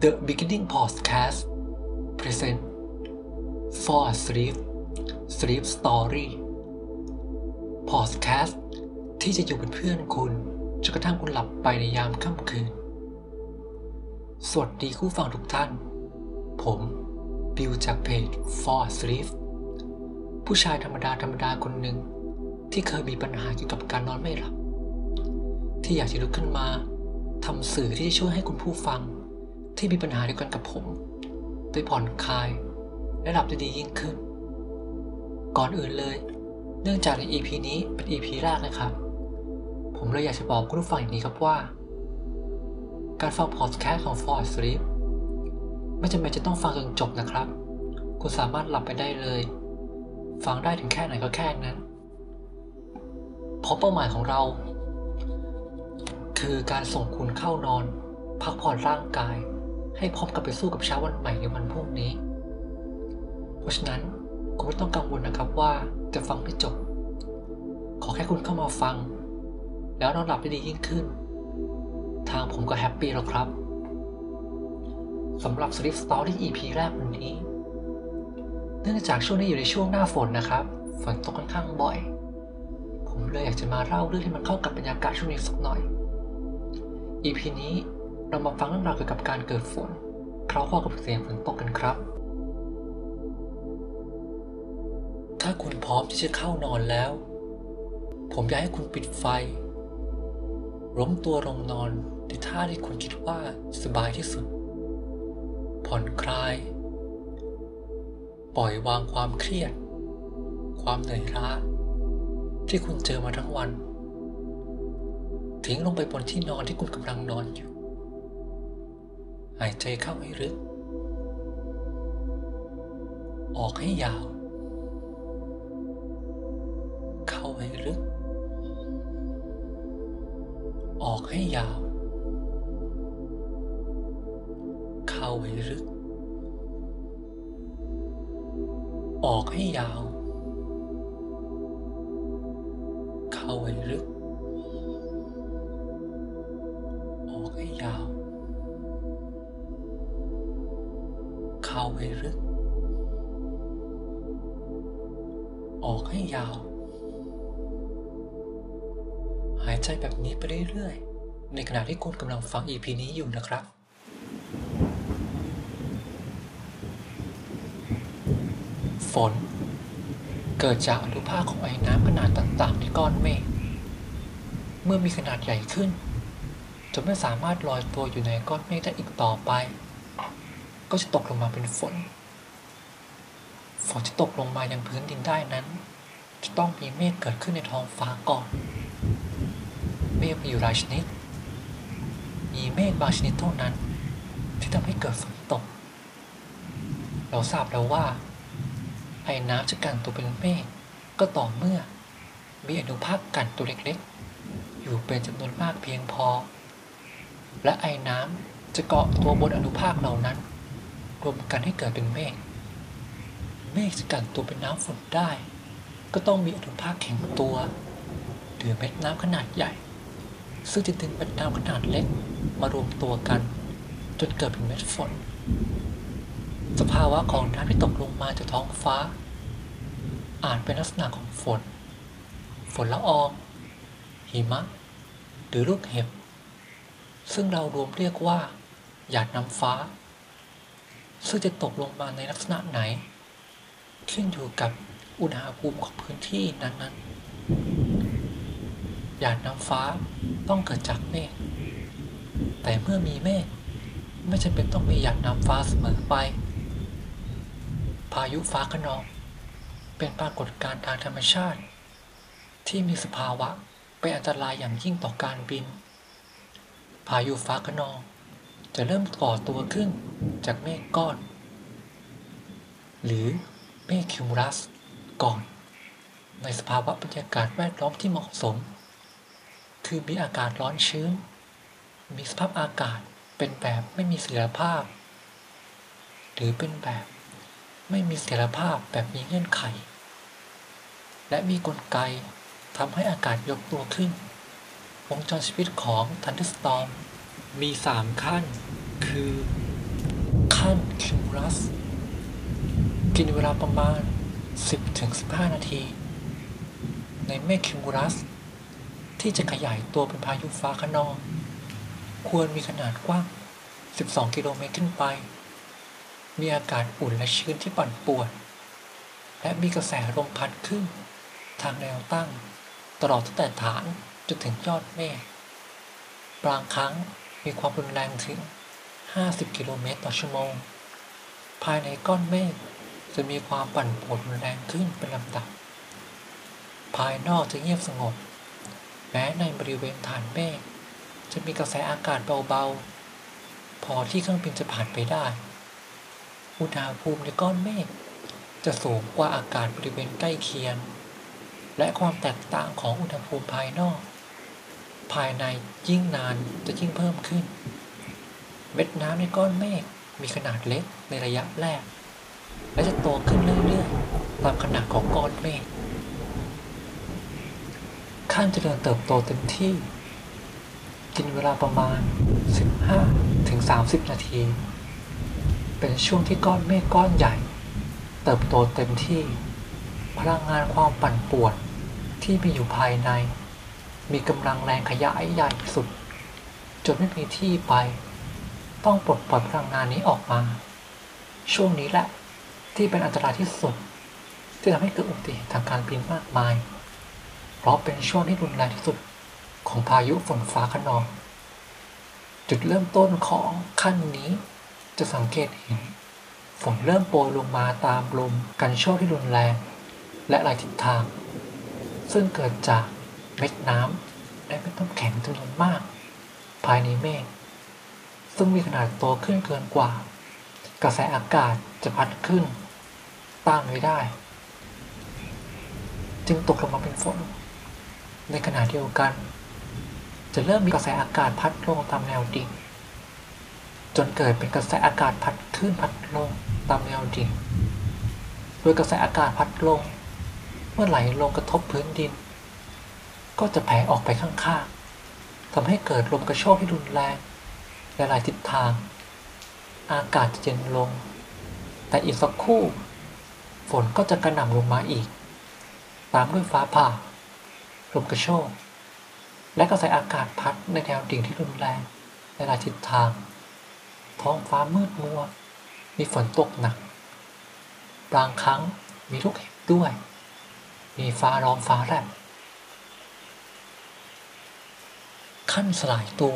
The Beginning Podcast Present For Sleep Sleep Story Podcast ที่จะอยู่เป็นเพื่อนคุณจนกระทั่งคุณหลับไปในยามค่ำคืนสวัสดีผู้ฟังทุกท่านผมบิวจากเพจ For Sleep ผู้ชายธรรมดาคนหนึ่งที่เคยมีปัญหาเกี่ยวกับการนอนไม่หลับที่อยากจะลุกขึ้นมาทำสื่อที่จะช่วยให้คุณผู้ฟังที่มีปัญหาเดียวกันกับผมได้ผ่อนคลายและหลับได้ดียิ่งขึ้นก่อนอื่นเลยเนื่องจากใน EP นี้เป็น EP แรกนะครับผมเลยอยากจะบอกคุณผู้ฟังอย่างนี้ครับว่าการฟังพอดแคสต์ของ For Sleep ไม่จำเป็นจะต้องฟังจนจบนะครับคุณสามารถหลับไปได้เลยฟังได้ถึงแค่ไหนก็แค่นั้นเพราะเป้าหมายของเราคือการส่งคุณเข้านอนพักผ่อนร่างกายให้พร้อมกับไปสู้กับเช้าวันใหม่ในวันพรุ่งนี้เพราะฉะนั้นคุณไม่ต้องกังวลนะครับว่าจะฟังไม่จบขอแค่คุณเข้ามาฟังแล้วนอนหลับได้ดียิ่งขึ้นทางผมก็แฮปปี้แล้วครับสำหรับ Sleep Story EP แรกวันนี้เนื่องจากช่วงนี้อยู่ในช่วงหน้าฝนนะครับฝนตกค่อนข้างบ่อยผมเลยอยากจะมาเล่าเรื่องที่มันเข้ากับบรรยากาศช่วงนี้สักหน่อย EP นี้เรามาฟังเรื่องราวเกี่ยวกับการเกิดฝนเคล้าข้อกับเสียงฝนตกกันครับถ้าคุณพร้อมที่จะเข้านอนแล้วผมอยากให้คุณปิดไฟล้มตัวลงนอนในท่าที่คุณคิดว่าสบายที่สุดผ่อนคลายปล่อยวางความเครียดความเหนื่อยล้าที่คุณเจอมาทั้งวันทิ้งลงไปบนที่นอนที่คุณกำลังนอนอยู่หายใจเข้าให้ลึกออกให้ยาวเข้าให้ลึกออกให้ยาวเข้าให้ลึกออกให้ยาวเข้าให้ลึกออกให้ยาวเข้าให้ลึกออกให้ยาวหายใจแบบนี้ไปเรื่อยๆในขณะที่คุณกำลังฟัง EP นี้อยู่นะครับฝนเกิดจากอนุภาคของไอ้น้ำขนาดต่างๆในก้อนเมฆเมื่อมีขนาดใหญ่ขึ้นจนไม่สามารถลอยตัวอยู่ในก้อนเมฆได้อีกต่อไปก็จะตกลงมาเป็นฝนที่ตกลงมายังพื้นดินได้นั้นจะต้องมีเมฆเกิดขึ้นในท้องฟ้าก่อนเมฆมีอยู่หลายชนิดมีเมฆบางชนิดเท่านั้นที่ทำให้เกิดฝนตกเราทราบแล้วว่าไอ้น้ำจะกันตัวเป็นเมฆก็ต่อเมื่อมีอนุภาคกันตัวเล็กๆอยู่เป็นจำนวนมากเพียงพอและไอ้น้ำจะเกาะตัวบนอนุภาคเหล่านั้นรวมกันให้เกิดเป็นเมฆจะกันตัวเป็นน้ำฝนได้ก็ต้องมีอนุภาคแข็งตัวหรือเม็ดน้ำขนาดใหญ่ซึ่งจะดึงเม็ดน้ำขนาดเล็กมารวมตัวกันจนเกิดเป็นเม็ดฝนสภาวะของน้ำที่ตกลงมาจากท้องฟ้าอาจเป็นลักษณะของฝนละอองหิมะหรือลูกเห็บซึ่งเรารวมเรียกว่าหยาดน้ำฟ้าซึ่งจะตกลงมาในลักษณะไหนขึ้นอยู่กับอุณหภูมิของพื้นที่นั้นๆหยาดน้ำฟ้าต้องเกิดจากเมฆแต่เมื่อมีเมฆไม่จำเป็นต้องมีหยาดน้ำฟ้าเสมอไปพายุฟ้าคะนองเป็นปรากฏการณ์ทางธรรมชาติที่มีสภาวะเป็นอันตรายอย่างยิ่งต่อการบินพายุฟ้าคะนองจะเริ่มก่อตัวขึ้นจากเมฆก้อนหรือเมฆคิวมุลัสก่อนในสภาวะบรรยากาศแวดล้อมที่เหมาะสมคือมีอากาศร้อนชื้นมีสภาพอากาศเป็นแบบไม่มีเสถียรภาพหรือเป็นแบบไม่มีเสถียรภาพแบบมีเงื่อนไขและมีกลไกทำให้อากาศยกตัวขึ้นวงจรชีวิตของทันเดอร์สตอร์มมี3ขั้นคือขั้นคิมูลัสกินเวลาประมาณ 10-15 นาที ในเมฆคิมูลัสที่จะขยายตัวเป็นพายุฟ้าคะนองควรมีขนาดกว้าง 12 กิโลเมตรขึ้นไป มีอากาศอุ่นและชื้นที่ปั่นป่วนและมีกระแสลมพัดขึ้นทางแนวตั้งตลอดตั้งแต่ฐานจนถึงยอดเมฆบางครั้งมีความรุนแรงถึง 50 กิโลเมตรต่อชั่วโมงภายในก้อนเมฆจะมีความปั่นป่วนรุนแรงขึ้นเป็นลำดับภายนอกจะเงียบสงบแม้ในบริเวณฐานเมฆจะมีกระแสอากาศเบาๆพอที่เครื่องบินจะผ่านไปได้อุณหภูมิในก้อนเมฆจะสูงกว่าอากาศบริเวณใกล้เคียงและความแตกต่างของอุณหภูมิภายนอกภายในยิ่งนานจะยิ่งเพิ่มขึ้นเม็ดน้ำในก้อนเมฆมีขนาดเล็กในระยะแรกและจะโตขึ้นเรื่อยๆตามขนาดของก้อนเมฆขั้นเจริญเติบโตเต็มที่กินเวลาประมาณ 15-30 นาทีเป็นช่วงที่ก้อนเมฆก้อนใหญ่เติบโตเต็มที่พลังงานความปั่นป่วนที่มีอยู่ภายในมีกำลังแรงขยายใหญ่สุดจนไม่มีที่ไปต้องปลดปล่อยพลังงานนี้ออกมาช่วงนี้แหละที่เป็นอันตรายที่สุดที่ทำให้เกิดอุบัติเหตุทางการบินมากมายเพราะเป็นช่วงที่รุนแรงที่สุดของพายุฝนฟ้าคะนองจุดเริ่มต้นของขั้นนี้จะสังเกตเห็นฝนเริ่มโปรยลงมาตามลมกันโชกที่รุนแรงและหลายทิศทางซึ่งเกิดจากเม็ดน้ำและเม็ดน้ำแข็งจำนวนมากภายในเมฆซึ่งมีขนาดโตขึ้นเกินกว่ากระแสอากาศจะพัดขึ้นต้านไว้ได้จึงตกลงมาเป็นฝนในขณะเดียวกันจะเริ่มมีกระแสอากาศพัดลงตามแนวดิ่งจนเกิดเป็นกระแสอากาศพัดขึ้นพัดลงตามแนวดิ่งโดยกระแสอากาศพัดลงเมื่อไหลลงกระทบพื้นดินก็จะแผ่ออกไปข้างๆทำให้เกิดลมกระโชกที่รุนแรงและหลายทิศทางอากาศจะเย็นลงแต่อีกสักครู่ฝนก็จะกระหน่ำลงมาอีกตามด้วยฟ้าผ่าลมกระโชกและกระแสอากาศพัดในแนวดิ่งที่รุนแรงในหลายทิศทางท้องฟ้ามืดมัวมีฝนตกหนักบางครั้งมีลูกเห็บด้วยมีฟ้าร้องฟ้าแลบขั้นสลายตัว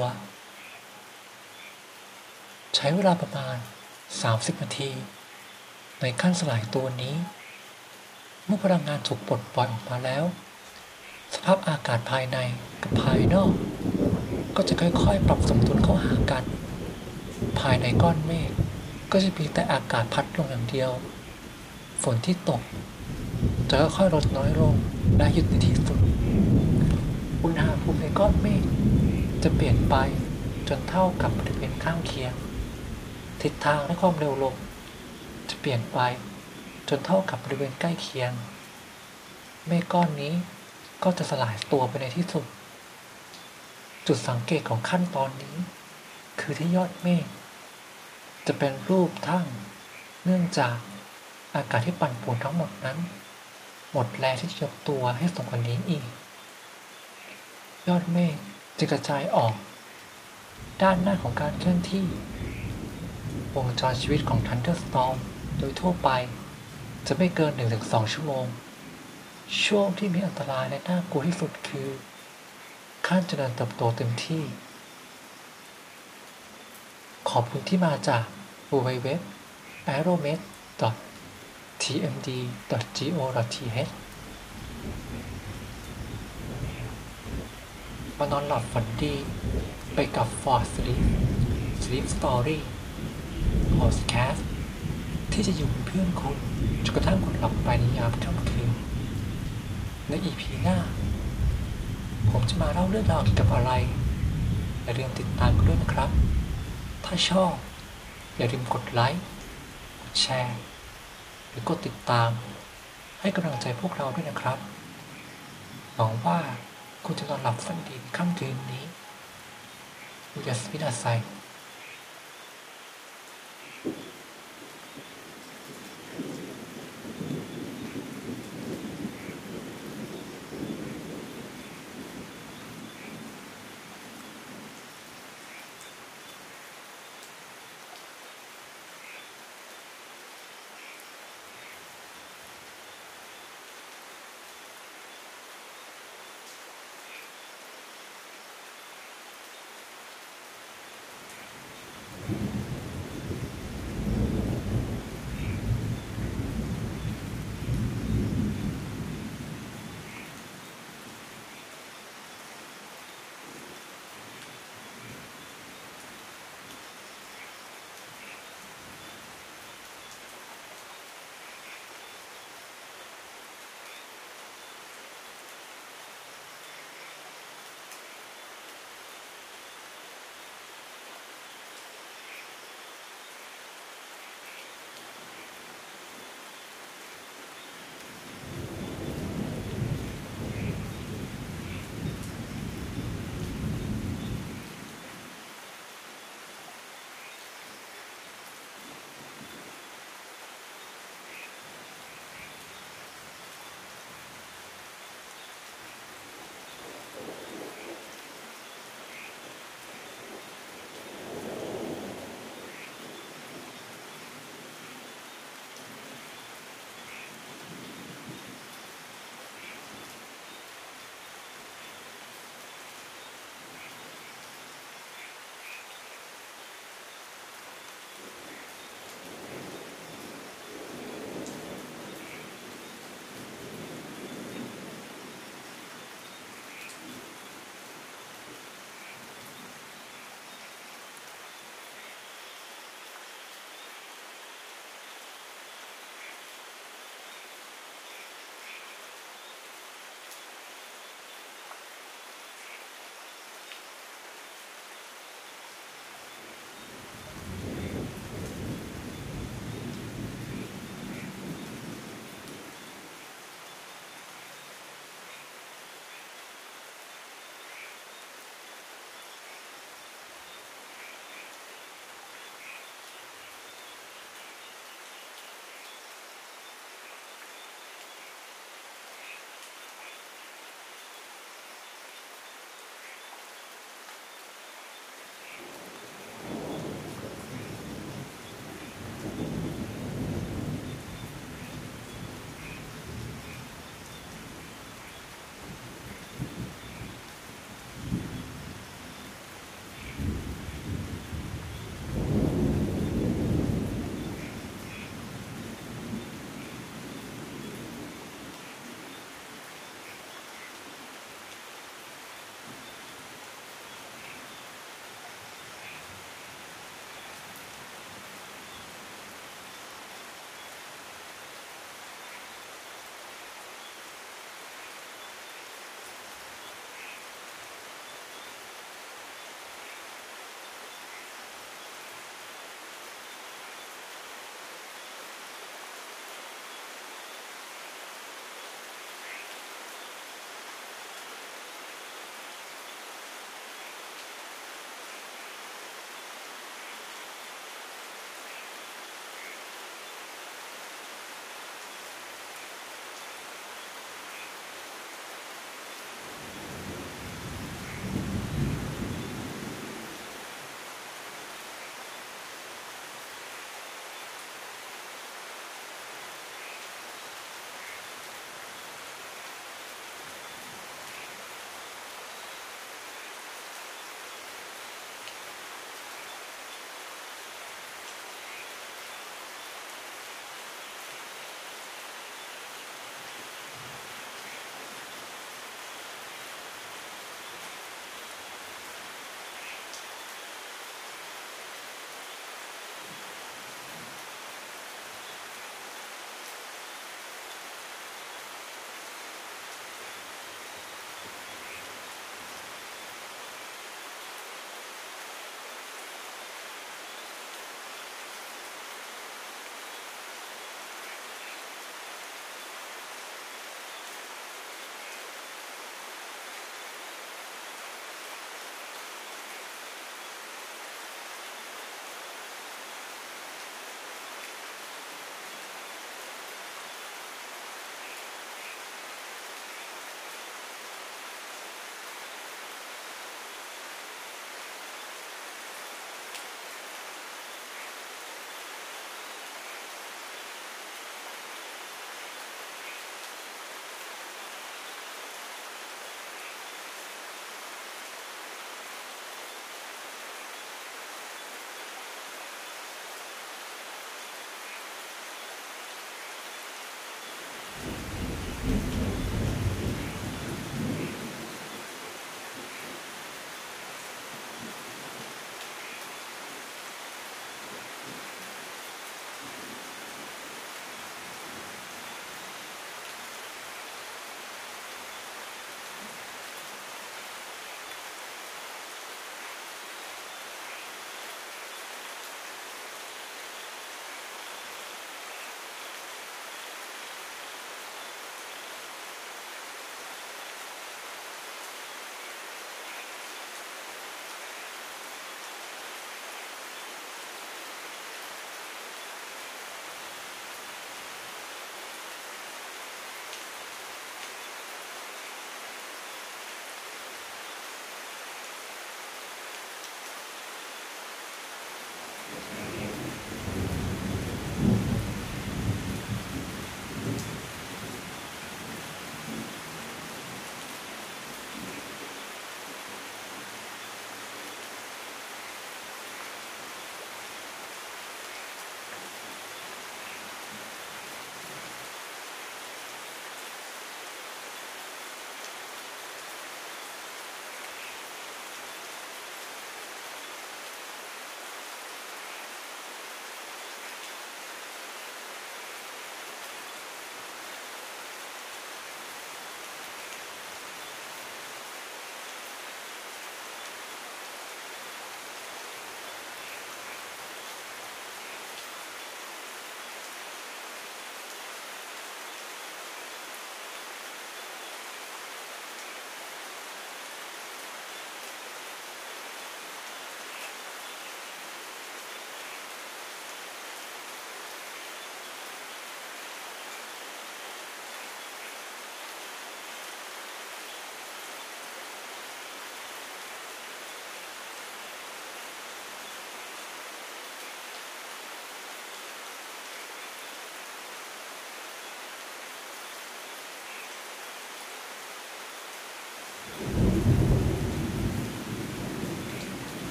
ใช้เวลาประมาณ 30 นาทีในขั้นสลายตัวนี้เมื่อพลังงานถูกปลดปล่อยออกมาแล้วสภาพอากาศภายในกับภายนอกก็จะค่อยๆปรับสมดุลเข้าหากันภายในก้อนเมฆก็จะมีแต่อากาศพัดลงอย่างเดียวฝนที่ตกจะค่อยๆลดน้อยลงและหยุดในที่สุดอุณหภูมิในก้อนเมฆจะเปลี่ยนไปจนเท่ากับบริเวณข้างเคียงทิศทางและความเร็วลมจะเปลี่ยนไปจนเท่ากับบริเวณใกล้เคียงเมฆก้อนนี้ก็จะสลายตัวไปในที่สุดจุดสังเกตของขั้นตอนนี้คือที่ยอดเมฆจะเป็นรูปทั่งเนื่องจากอากาศที่ปั่นป่วนทั้งหมดนั้นหมดแรงที่จะยกตัวให้สูงกว่านี้อีกยอดเมฆจะกระจายออกด้านหน้าของการเคลื่อนที่วงจรชีวิตของ Thunderstorm โดยทั่วไปจะไม่เกิน 1-2 ชั่วโมงช่วงที่มีอันตรายและน่ากลัวที่สุดคือขั้นเจริญเติบโตเต็มที่ขอบคุณที่มาจาก www.aeromet.tmd.go.th มานอนหลับฝันดีไปกับ For Sleep Story Podcast ที่จะอยู่เป็นเพื่อนคุณจนกระทั่งคุณหลับไปในยามค่ำคืนใน EP หน้าผมจะมาเล่าเรื่องราวเกี่ยวกับอะไรอย่าลืมติดตามกันด้วยนะครับถ้าชอบอย่าลืมกดไลค์กดแชร์หรือกดติดตามให้กำลังใจพวกเราด้วยนะครับหวังว่าคุณจะนอนหลับฝันดีในค่ำคืนนี้อุยาสมินาไซ